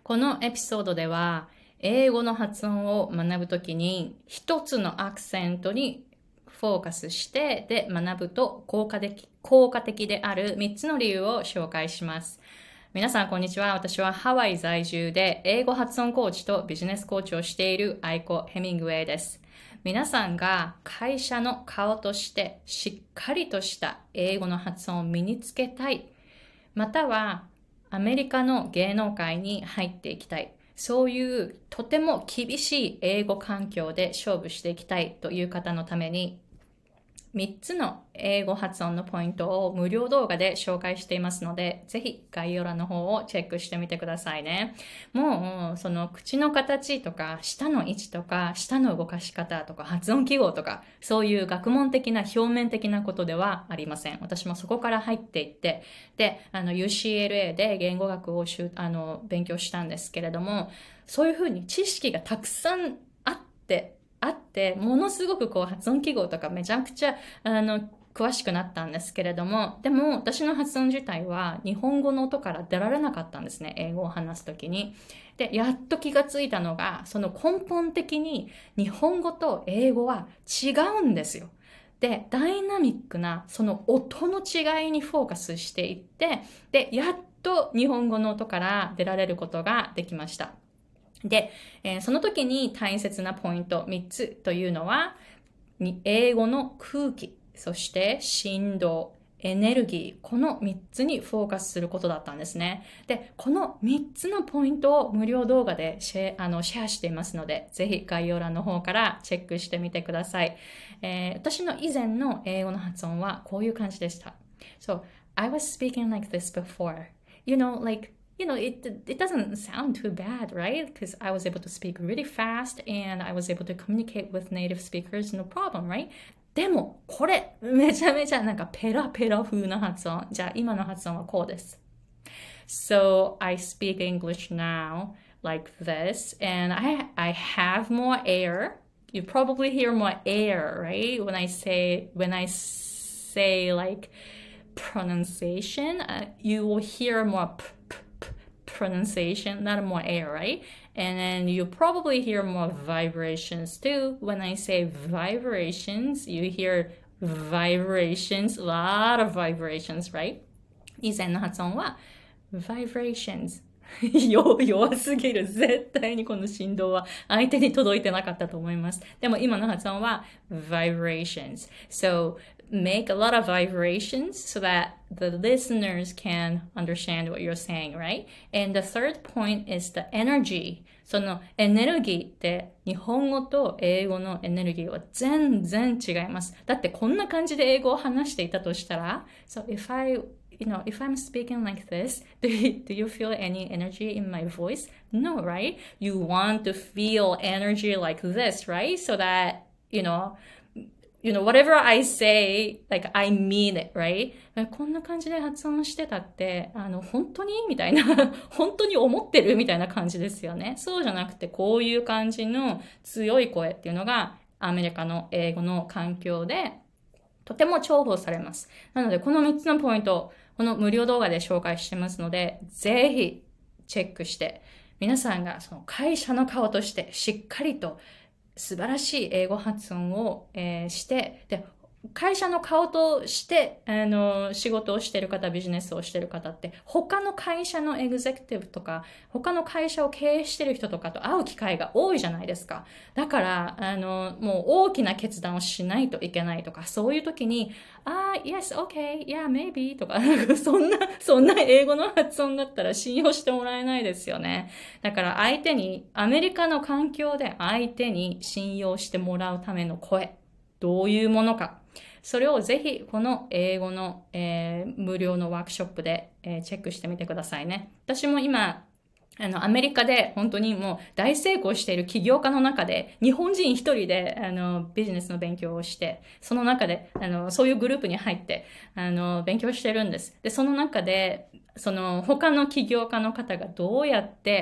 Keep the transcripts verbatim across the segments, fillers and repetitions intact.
このエピソードでは、英語の発音を学ぶときに、一つのアクセントにフォーカスして、で、学ぶと効果的、効果的であるみっつの理由を紹介します。皆さん、こんにちは。私はハワイ在住で、英語発音コーチとビジネスコーチをしているアイコ・ヘミングウェイです。皆さんが会社の顔としてしっかりとした英語の発音を身につけたい。またはアメリカの芸能界に入っていきたい。そういうとても厳しい英語環境で勝負していきたいという方のためにみっつの英語発音のポイントを無料動画で紹介していますので、ぜひ概要欄の方をチェックしてみてくださいね。もう、その口の形とか、舌の位置とか、舌の動かし方とか、発音記号とか、そういう学問的な表面的なことではありません。私もそこから入っていって、で、あの ユーシーエルエー で言語学をしゅあの勉強したんですけれども、そういうふうに知識がたくさんあって、あって、ものすごくこう発音記号とかめちゃくちゃ、あの、詳しくなったんですけれども、でも私の発音自体は日本語の音から出られなかったんですね、英語を話すときに。で、やっと気がついたのが、その根本的に日本語と英語は違うんですよ。で、ダイナミックなその音の違いにフォーカスしていって、で、やっと日本語の音から出られることができました。で、えー、その時に大切なポイントみっつというのは、英語の空気、そして振動、エネルギー、このみっつにフォーカスすることだったんですね。で、このみっつのポイントを無料動画でシェあのシェアしていますので、ぜひ概要欄の方からチェックしてみてください。えー、私の以前の英語の発音はこういう感じでした。So, I was speaking like this before. You know, like, you know, it it doesn't sound too bad, right? Because I was able to speak really fast and I was able to communicate with native speakers, no problem, right? でも、これ、めちゃめちゃなんかペラペラ風な発音。じゃあ、今の発音はこうです。So, I speak English now like this, and I, I have more air. You probably hear more air, right? When I say, when I say like pronunciation, uh, you will hear more p, p, p pronunciation, not more air, right? And then you probably hear more vibrations too. When I say vibrations, you hear vibrations, a lot of vibrations, right? 以前の発音は vibrations 弱すぎる。絶対にこの振動は相手に届いてなかったと思います。でも今の発音は vibrations. So make a lot of vibrations so that the listeners can understand what you're saying, right? And the third point is the energy. そのエネルギーって日本語と英語のエネルギーは全然違います。だってこんな感じで英語を話していたとしたら、So if I You know, if I'm speaking like this, do you, do you feel any energy in my voice? No, right? You want to feel energy like this, right? So that, you know, you know, whatever I say, like, I mean it, right? こんな感じで発音してたって、あの、本当にみたいな、本当に思ってるみたいな感じですよね。そうじゃなくて、こういう感じの強い声っていうのが、アメリカの英語の環境で、とても重宝されます。なので、このみっつのポイント、この無料動画で紹介してますので、ぜひチェックして、皆さんがその会社の顔としてしっかりと素晴らしい英語発音を、えー、して、で、会社の顔として、あの、仕事をしている方、ビジネスをしている方って、他の会社のエグゼクティブとか、他の会社を経営している人とかと会う機会が多いじゃないですか。だから、あの、もう大きな決断をしないといけないとか、そういう時に、ああ、yes, okay, yeah, maybe とか、そんな、そんな英語の発音だったら信用してもらえないですよね。だから相手に、アメリカの環境で相手に信用してもらうための声、どういうものか。それをぜひこの英語の、えー、無料のワークショップで、えー、チェックしてみてくださいね。私も今、あの、アメリカで本当にもう大成功している起業家の中で、日本人一人で、あの、ビジネスの勉強をして、その中で、あの、そういうグループに入って、あの、勉強してるんです。で、その中で、その、他の起業家の方がどうやって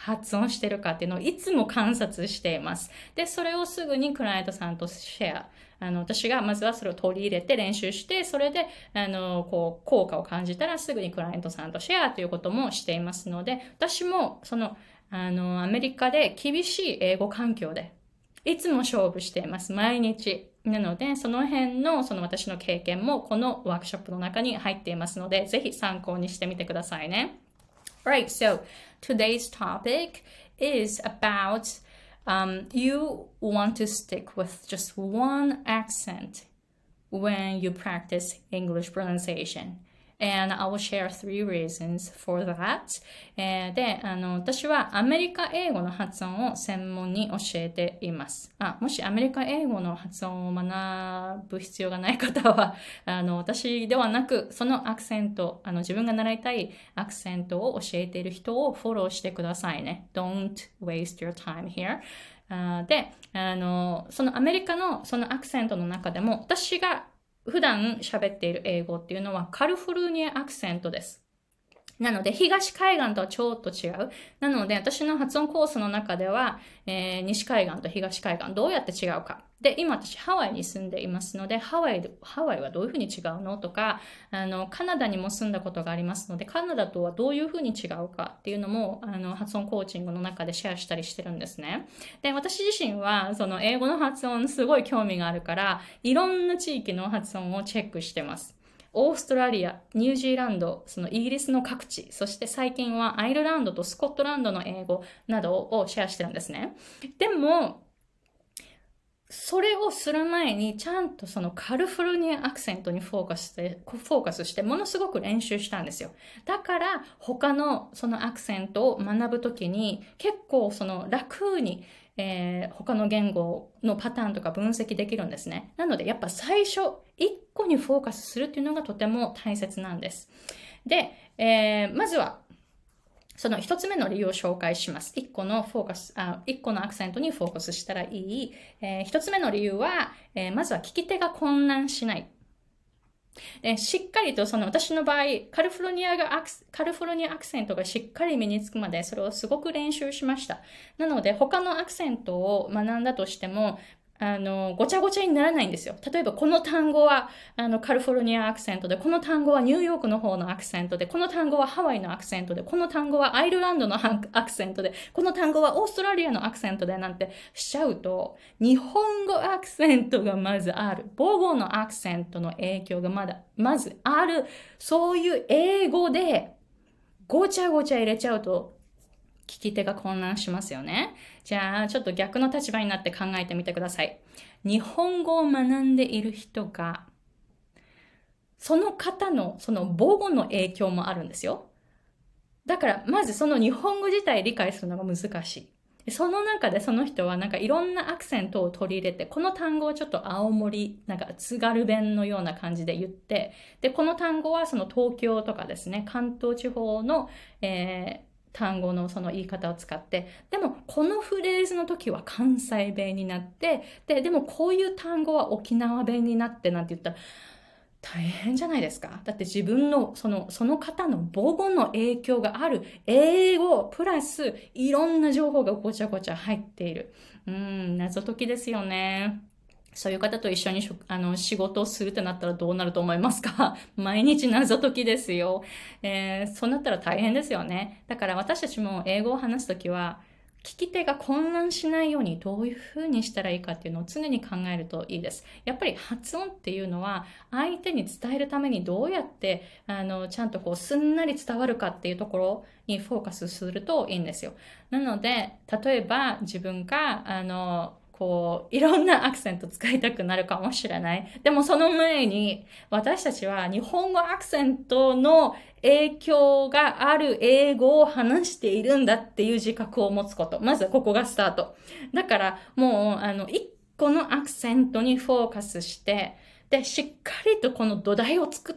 発音してるかっていうのをいつも観察しています。で、それをすぐにクライアントさんとシェア。あの、私がまずはそれを取り入れて練習して、それで、あの、こう、効果を感じたらすぐにクライアントさんとシェアということもしていますので、私も、その、あの、アメリカで厳しい英語環境で、いつも勝負しています。毎日。なので、その辺の、その私の経験も、このワークショップの中に入っていますので、ぜひ参考にしてみてくださいね。Right, so today's topic is about um, you want to stick with just one accent when you practice English pronunciation. And I will share three reasons for that. えーで、あの、私はアメリカ英語の発音を専門に教えています。あ、もしアメリカ英語の発音を学ぶ必要がない方は、あの、私ではなく、そのアクセント、あの、自分が習いたいアクセントを教えている人をフォローしてくださいね。Don't waste your time here. あで、あの、そのアメリカのそのアクセントの中でも、私が普段喋っている英語っていうのはカリフォルニアアクセントです。なので、東海岸とはちょっと違う。なので、私の発音コースの中では、えー、西海岸と東海岸、どうやって違うか。で、今私ハワイに住んでいますので、ハワイで、ハワイはどういうふうに違うのとか、あの、カナダにも住んだことがありますので、カナダとはどういうふうに違うかっていうのも、あの、発音コーチングの中でシェアしたりしてるんですね。で、私自身は、その英語の発音すごい興味があるから、いろんな地域の発音をチェックしてます。オーストラリア、ニュージーランド、そのイギリスの各地、そして最近はアイルランドとスコットランドの英語などをシェアしてるんですね。でも、それをする前にちゃんとそのカリフォルニアアクセントにフォーカスして、フォーカスしてものすごく練習したんですよ。だから他のそのアクセントを学ぶときに結構その楽に、えー、他の言語のパターンとか分析できるんですね。なのでやっぱ最初一個にフォーカスするっていうのがとても大切なんです。で、えー、まずはその一つ目の理由を紹介します。一個のフォーカス、あ、一個のアクセントにフォーカスしたらいい。えー、一つ目の理由は、えー、まずは聞き手が混乱しない。えー、しっかりとその私の場合、カリフォルニアがアク、カリフォルニアアクセントがしっかり身につくまで、それをすごく練習しました。なので、他のアクセントを学んだとしても、あの、ごちゃごちゃにならないんですよ。例えば、この単語は、あの、カリフォルニアアクセントで、この単語はニューヨークの方のアクセントで、この単語はハワイのアクセントで、この単語はアイルランドのアクセントで、この単語はオーストラリアのアクセントで、なんてしちゃうと、日本語アクセントがまずある。母語のアクセントの影響がまだ、まずある。そういう英語で、ごちゃごちゃ入れちゃうと、聞き手が混乱しますよね。じゃあ、ちょっと逆の立場になって考えてみてください。日本語を学んでいる人が、その方のその母語の影響もあるんですよ。だから、まずその日本語自体理解するのが難しい。その中でその人はなんかいろんなアクセントを取り入れて、この単語はちょっと青森、なんか津軽弁のような感じで言って、で、この単語はその東京とかですね、関東地方の、えー単語のその言い方を使って、でもこのフレーズの時は関西弁になって、で、でもこういう単語は沖縄弁になってなんて言ったら、大変じゃないですか。だって自分のその、その方の母語の影響がある英語プラスいろんな情報がごちゃごちゃ入っている。うーん、謎解きですよね。そういう方と一緒にあの仕事をするってなったらどうなると思いますか？毎日謎解きですよ。えー、そうなったら大変ですよね。だから私たちも英語を話すときは、聞き手が混乱しないようにどういうふうにしたらいいかっていうのを常に考えるといいです。やっぱり発音っていうのは相手に伝えるためにどうやってあのちゃんとこうすんなり伝わるかっていうところにフォーカスするといいんですよ。なので、例えば自分があのこう、いろんなアクセント使いたくなるかもしれない。でもその前に、私たちは日本語アクセントの影響がある英語を話しているんだっていう自覚を持つこと。まずここがスタート。だからもう、あの、一個のアクセントにフォーカスして、で、しっかりとこの土台を作って、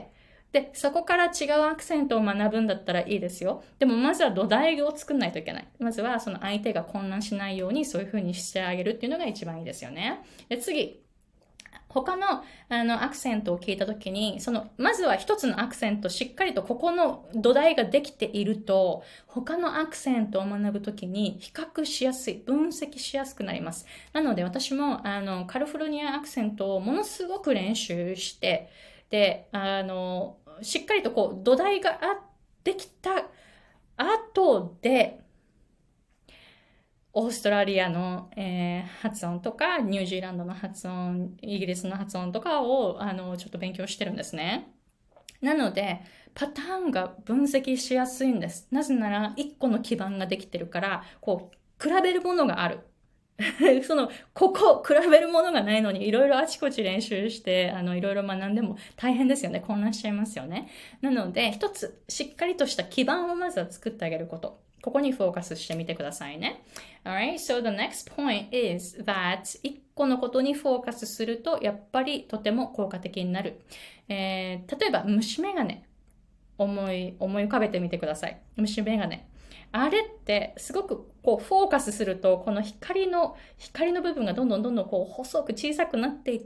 で、そこから違うアクセントを学ぶんだったらいいですよ。でもまずは土台を作んないといけない。まずはその相手が混乱しないようにそういう風にしてあげるっていうのが一番いいですよね。で、次。 他のあのアクセントを聞いたときに、その、まずは一つのアクセント、しっかりとここの土台ができていると、他のアクセントを学ぶときに比較しやすい、分析しやすくなります。なので私もあの、カリフォルニアアクセントをものすごく練習して、で、あの、しっかりとこう、土台があってきた後で、オーストラリアの、えー、発音とか、ニュージーランドの発音、イギリスの発音とかを、あの、ちょっと勉強してるんですね。なので、パターンが分析しやすいんです。なぜなら、一個の基盤ができてるから、こう、比べるものがある。その、ここ、比べるものがないのに、いろいろあちこち練習して、あの、いろいろ学んでも大変ですよね。混乱しちゃいますよね。なので、一つ、しっかりとした基盤をまずは作ってあげること。ここにフォーカスしてみてくださいね。Alright, so the next point is that 一個のことにフォーカスすると、やっぱりとても効果的になる。えー、例えば、虫眼鏡。思い、思い浮かべてみてください。虫眼鏡。あれってすごくこうフォーカスすると、この光の、光の部分がどんどんどんどんこう細く小さくなっていって、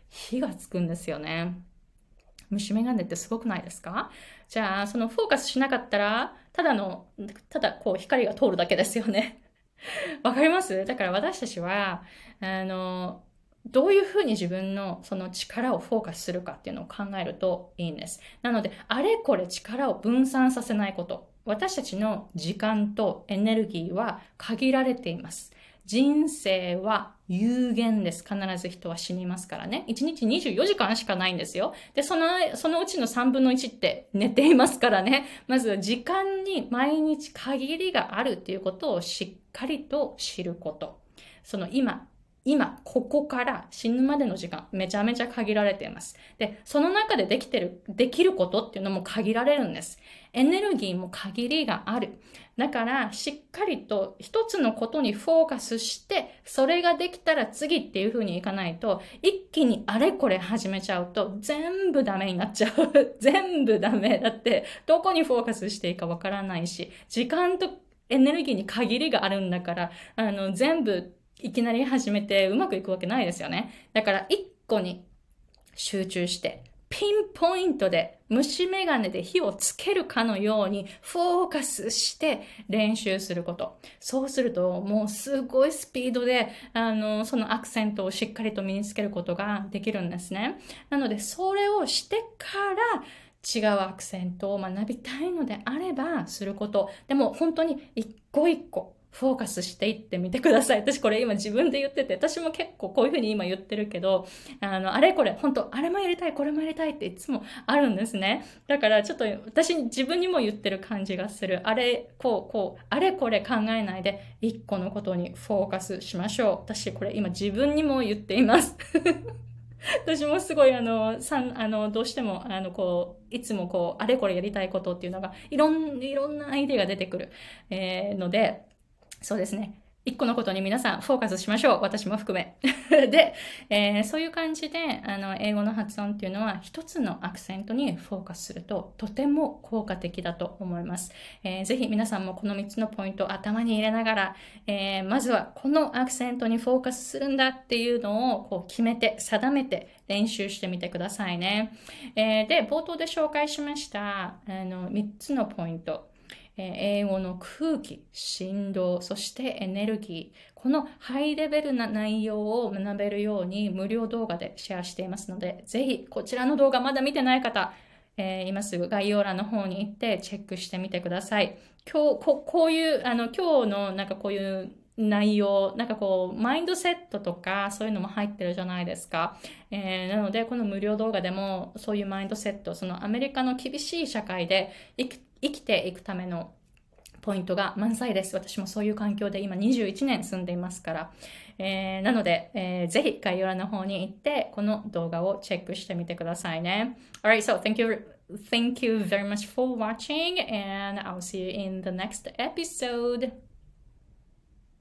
火がつくんですよね。虫眼鏡ってすごくないですか？じゃあ、そのフォーカスしなかったら、ただの、ただこう光が通るだけですよね。わかります？だから私たちは、あの、どういうふうに自分のその力をフォーカスするかっていうのを考えるといいんです。なので、あれこれ力を分散させないこと。私たちの時間とエネルギーは限られています。人生は有限です。必ず人は死にますからね。いちにちにじゅうよじかんしかないんですよ。で、その、そのうちのさんぶんのいちって寝ていますからね。まず時間に毎日限りがあるっていうことをしっかりと知ること。その今、今、ここから死ぬまでの時間、めちゃめちゃ限られています。で、その中でできてる、できることっていうのも限られるんです。エネルギーも限りがある。だから、しっかりと一つのことにフォーカスして、それができたら次っていう風にいかないと、一気にあれこれ始めちゃうと、全部ダメになっちゃう。全部ダメ。だって、どこにフォーカスしていいかわからないし、時間とエネルギーに限りがあるんだから、あの、全部、いきなり始めてうまくいくわけないですよね。だから一個に集中して、ピンポイントで虫眼鏡で火をつけるかのようにフォーカスして練習すること。そうするともうすごいスピードであのそのアクセントをしっかりと身につけることができるんですね。なのでそれをしてから違うアクセントを学びたいのであればすること。でも本当に一個一個フォーカスしていってみてください。私これ今自分で言ってて、私も結構こういうふうに今言ってるけど、あの、あれこれ、本当あれもやりたい、これもやりたいっていつもあるんですね。だからちょっと私自分にも言ってる感じがする。あれ、こう、こう、あれこれ考えないで、一個のことにフォーカスしましょう。私これ今自分にも言っています。私もすごいあの、さん、あの、どうしても、あの、こう、いつもこう、あれこれやりたいことっていうのが、いろん、いろんなアイデアが出てくる、えー、ので、そうですね。一個のことに皆さんフォーカスしましょう。私も含め。で、えー、そういう感じで、あの、英語の発音っていうのは一つのアクセントにフォーカスするととても効果的だと思います。えー、ぜひ皆さんもこのみっつのポイントを頭に入れながら、えー、まずはこのアクセントにフォーカスするんだっていうのをこう決めて、定めて練習してみてくださいね。えー、で、冒頭で紹介しました、あの、みっつのポイント。英語の空気、振動、そしてエネルギー。このハイレベルな内容を学べるように無料動画でシェアしていますので、ぜひこちらの動画まだ見てない方、えー、今すぐ概要欄の方に行ってチェックしてみてください。今日、ここういう、あの、今日のなんかこういう内容、なんかこう、マインドセットとか、そういうのも入ってるじゃないですか。えー、なので、この無料動画でも、そういうマインドセット、そのアメリカの厳しい社会で生き生きていくためのポイントが満載です。私もそういう環境で今にじゅういちねん住んでいますから。えー、なので、えー、ぜひ概要欄の方に行って、この動画をチェックしてみてくださいね。Alright, so thank you, thank you very much for watching and I'll see you in the next episode.